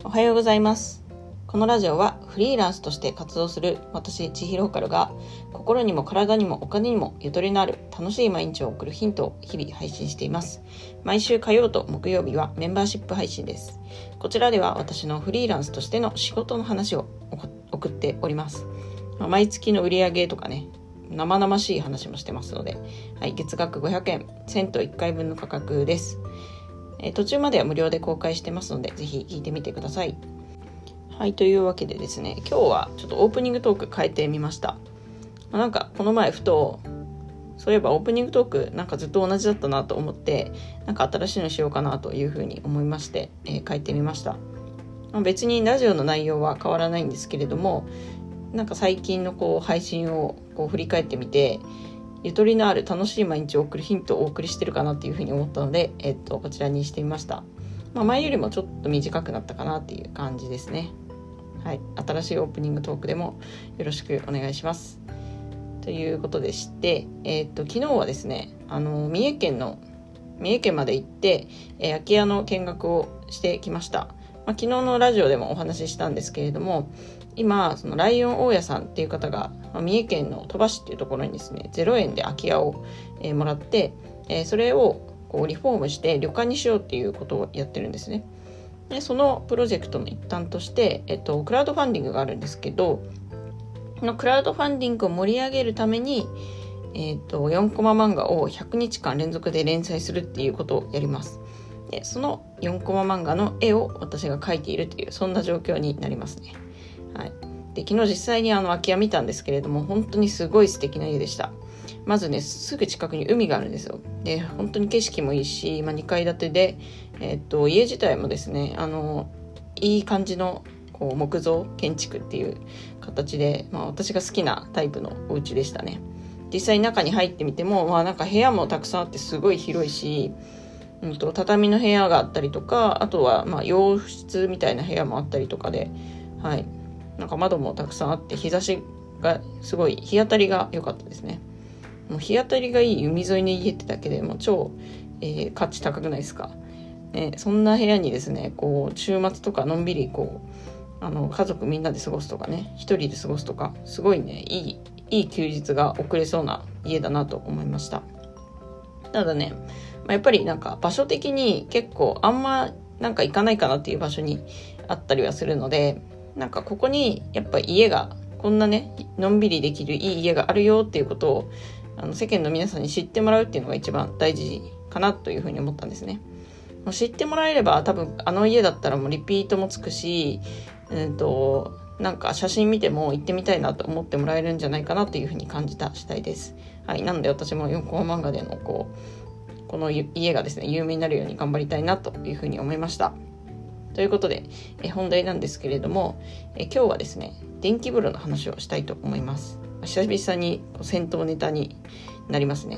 おはようございます。このラジオはフリーランスとして活動する私千尋ローカルが心にも体にもお金にもゆとりのある楽しい毎日を送るヒントを日々配信しています。毎週火曜と木曜日はメンバーシップ配信です。こちらでは私のフリーランスとしての仕事の話を送っております。毎月の売上とかね、生々しい話もしてますので、月額500円、銭湯1回分の価格です。途中までは無料で公開してますので、ぜひ聞いてみてください。というわけでですね、今日はちょっとオープニングトーク変えてみました。なんかこの前ふと、そういえばオープニングトークなんかずっと同じだったなと思って、なんか新しいのしようかなというふうに思いまして、変えてみました。別にラジオの内容は変わらないんですけれども、なんか最近の配信を振り返ってみて、ゆとりのある楽しい毎日を送るヒントをお送りしてるかなっていうふうに思ったので、こちらにしてみました。前よりもちょっと短くなったかなっていう感じですね。新しいオープニングトークでもよろしくお願いします。ということでして、昨日はですね、三重県まで行って、空き家の見学をしてきました。昨日のラジオでもお話ししたんですけれども、今そのライオン大家さんっていう方が、三重県の鳥羽市っていうところにですね、0円で空き家を、もらって、それをリフォームして旅館にしようっていうことをやってるんですね。でそのプロジェクトの一環として、クラウドファンディングがあるんですけど、このクラウドファンディングを盛り上げるために、4コマ漫画を100日間連続で連載するっていうことをやります。でその4コマ漫画の絵を私が描いているという、そんな状況になりますね。で昨日実際に空き家見たんですけれども、本当にすごい素敵な家でした。まずね、すぐ近くに海があるんですよ。で本当に景色もいいし、2階建てで、家自体もですね、いい感じの木造建築っていう形で、私が好きなタイプのお家でしたね。実際中に入ってみても、なんか部屋もたくさんあってすごい広いし、畳の部屋があったりとか、あとは洋室みたいな部屋もあったりとかで、なんか窓もたくさんあって、日差しがすごい、日当たりが良かったですね。もう日当たりがいい海沿いの家ってだけでもう超、価値高くないですか。そんな部屋にですね、週末とかのんびり家族みんなで過ごすとかね、一人で過ごすとか、すごいね、いい休日が送れそうな家だなと思いました。ただね、やっぱりなんか場所的に結構あんまなんか行かないかなっていう場所にあったりはするので、なんかここにやっぱ家がこんなね、のんびりできるいい家があるよっていうことを世間の皆さんに知ってもらうっていうのが一番大事かなというふうに思ったんですね。知ってもらえれば多分家だったらもうリピートもつくし、なんか写真見ても行ってみたいなと思ってもらえるんじゃないかなというふうに感じた次第です。なので私も4コマ漫画でのこの家がですね、有名になるように頑張りたいなというふうに思いました。ということで、本題なんですけれども、今日はですね、電気風呂の話をしたいと思います。久々に銭湯ネタになりますね。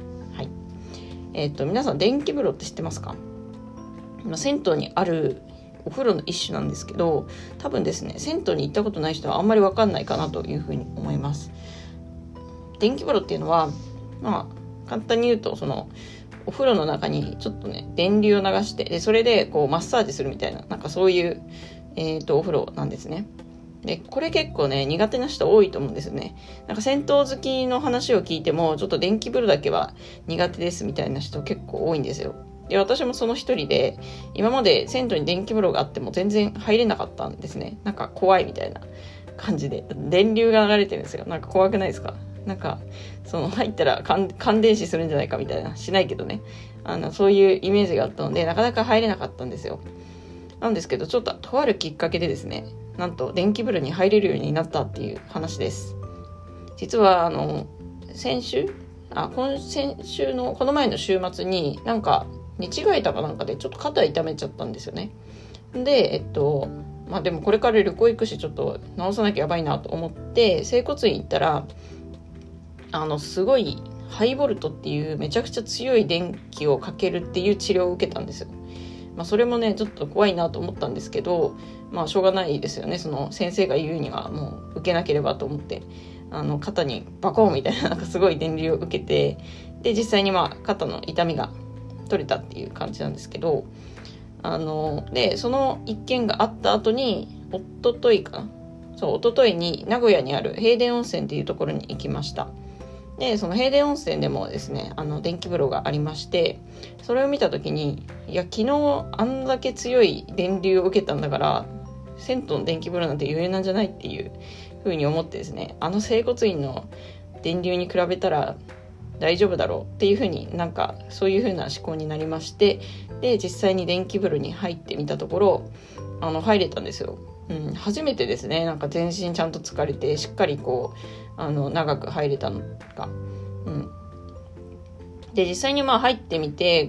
皆さん電気風呂って知ってますか？銭湯にあるお風呂の一種なんですけど、多分ですね、銭湯に行ったことない人はあんまり分かんないかなというふうに思います。電気風呂っていうのは、簡単に言うと、そのお風呂の中にちょっとね、電流を流して、でそれでマッサージするみたいな、なんかそういう、お風呂なんですね。でこれ結構ね、苦手な人多いと思うんですよね。なんか銭湯好きの話を聞いても、ちょっと電気風呂だけは苦手ですみたいな人結構多いんですよ。で私もその一人で、今まで銭湯に電気風呂があっても全然入れなかったんですね。なんか怖いみたいな感じで、電流が流れてるんですよ。なんか怖くないですか？なんか入ったら感電死するんじゃないかみたいな、しないけどね、そういうイメージがあったので、なかなか入れなかったんですよ。なんですけど、ちょっととあるきっかけでですね、なんと電気風呂に入れるようになったっていう話です。実は先週のこの前の週末に、なんか寝違えたかなんかでちょっと肩痛めちゃったんですよね。ででもこれから旅行行くし、ちょっと治さなきゃやばいなと思って整骨院行ったら、すごいハイボルトっていうめちゃくちゃ強い電気をかけるっていう治療を受けたんですよ。それもね、ちょっと怖いなと思ったんですけど、しょうがないですよね。その先生が言うにはもう受けなければと思って、肩にバコーンみたいな、なんかすごい電流を受けて、で実際に肩の痛みが取れたっていう感じなんですけど、 でその一件があった後に一昨日に名古屋にある平田温泉っていうところに行きました。でその平田温泉でもですね電気風呂がありまして、それを見た時に昨日あんだけ強い電流を受けたんだから銭湯の電気風呂なんて有名なんじゃないっていう風に思ってですね、整骨院の電流に比べたら大丈夫だろうっていう風にそういう風な思考になりまして、で実際に電気風呂に入ってみたところ入れたんですよ。初めてですね。全身ちゃんと疲れてしっかり長く入れたのが、で実際に入ってみて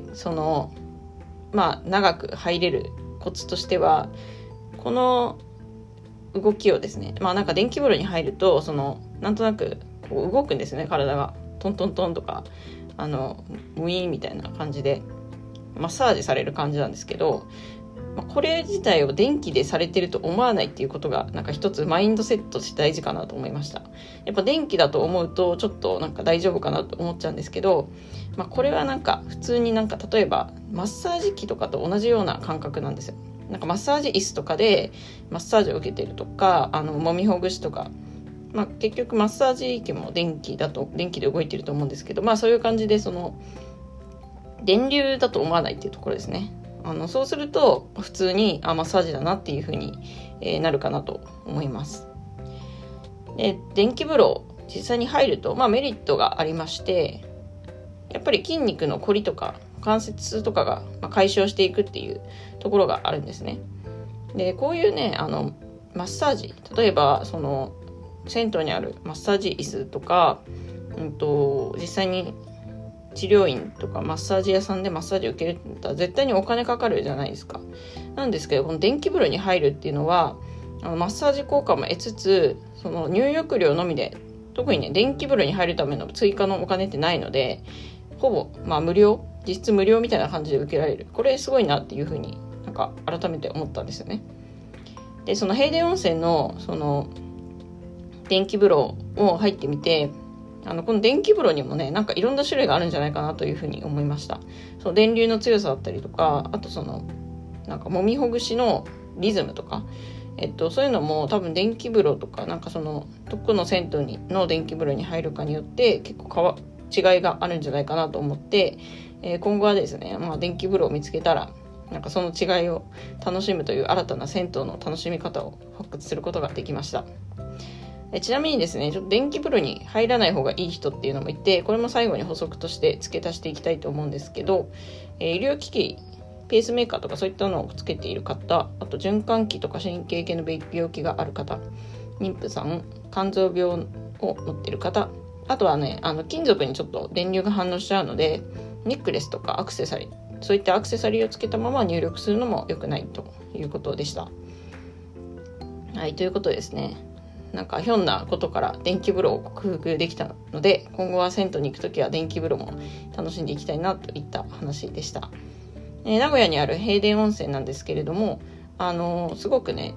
長く入れるコツとしては、この動きをですね、電気風呂に入るとなんとなく動くんですね。体がトントントンとかウィーンみたいな感じでマッサージされる感じなんですけど、これ自体を電気でされてると思わないっていうことが一つマインドセットとして大事かなと思いました。やっぱ電気だと思うとちょっと大丈夫かなと思っちゃうんですけど、これは普通に例えばマッサージ機とかと同じような感覚なんですよ。マッサージ椅子とかでマッサージを受けてるとか揉みほぐしとか、結局マッサージ機も電気で動いてると思うんですけど、そういう感じで電流だと思わないっていうところですね。そうすると普通にマッサージだなっていう風に、なるかなと思います。で電気風呂実際に入ると、メリットがありまして、やっぱり筋肉のこりとか関節とかが、解消していくっていうところがあるんですね。でこういうねマッサージ、例えば銭湯にあるマッサージ椅子とか、実際に治療院とかマッサージ屋さんでマッサージを受けるって言ったら絶対にお金かかるじゃないですか。なんですけどこの電気風呂に入るっていうのはマッサージ効果も得つつ入浴料のみで、特にね電気風呂に入るための追加のお金ってないのでほぼ無料、実質無料みたいな感じで受けられる。これすごいなっていうふうに改めて思ったんですよね。でその平田温泉の電気風呂を入ってみて、この電気風呂にもねいろんな種類があるんじゃないかなというふうに思いました。電流の強さだったりとか、あと揉みほぐしのリズムとか、そういうのも多分電気風呂とかどこの銭湯の電気風呂に入るかによって結構違いがあるんじゃないかなと思って、今後はですね、電気風呂を見つけたらその違いを楽しむという新たな銭湯の楽しみ方を発掘することができました。ちなみにですね、ちょっと電気風呂に入らない方がいい人っていうのもいて、これも最後に補足として付け足していきたいと思うんですけど、医療機器、ペースメーカーとかそういったのをつけている方、あと循環器とか神経系の病気がある方、妊婦さん、肝臓病を持っている方、あとはね金属にちょっと電流が反応しちゃうのでネックレスとかアクセサリー、そういったアクセサリーをつけたまま入力するのも良くないということでした。はい、ということでですね、ひょんなことから電気風呂を克服できたので、今後は銭湯に行くときは電気風呂も楽しんでいきたいなといった話でした。名古屋にある平田温泉なんですけれども、すごくね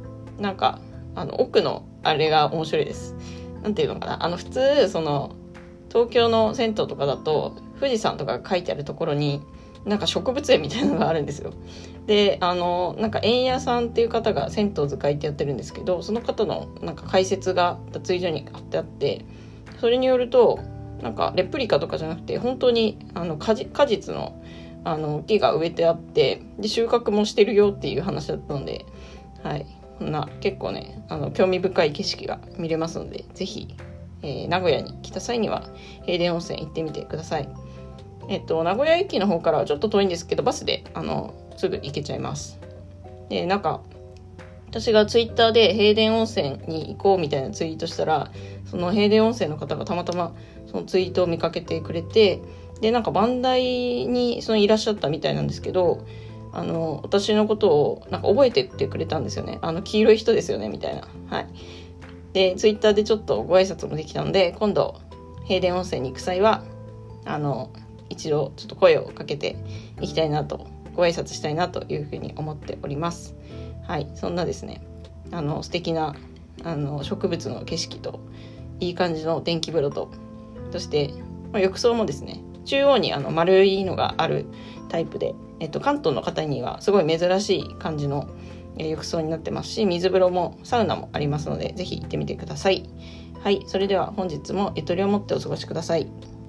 奥のあれが面白いです。なんていうのかな、普通東京の銭湯とかだと富士山とかが書いてあるところに植物園みたいなのがあるんですよ。で園屋さんっていう方が銭湯使いってやってるんですけど、その方の解説が脱衣所に貼ってあって、それによるとレプリカとかじゃなくて本当に果実の木が植えてあって、で収穫もしてるよっていう話だったので、はい、結構ね興味深い景色が見れますので、ぜひ、名古屋に来た際には平田温泉行ってみてください。名古屋駅の方からはちょっと遠いんですけど、バスですぐ行けちゃいます。で私がツイッターで平田温泉に行こうみたいなツイートしたら、その平田温泉の方がたまたまそのツイートを見かけてくれて、で番台にいらっしゃったみたいなんですけど、私のことを覚えてってくれたんですよね。黄色い人ですよねみたいな。はい。でツイッターでちょっとご挨拶もできたので、今度平田温泉に行く際は一度ちょっと声をかけていきたいなと、ご挨拶したいなというふうに思っております。はい、そんなですね素敵な植物の景色といい感じの電気風呂と、そして、浴槽もですね中央に丸いのがあるタイプで、関東の方にはすごい珍しい感じの浴槽になってますし、水風呂もサウナもありますので、ぜひ行ってみてください。はい、それでは本日もゆとりを持ってお過ごしください。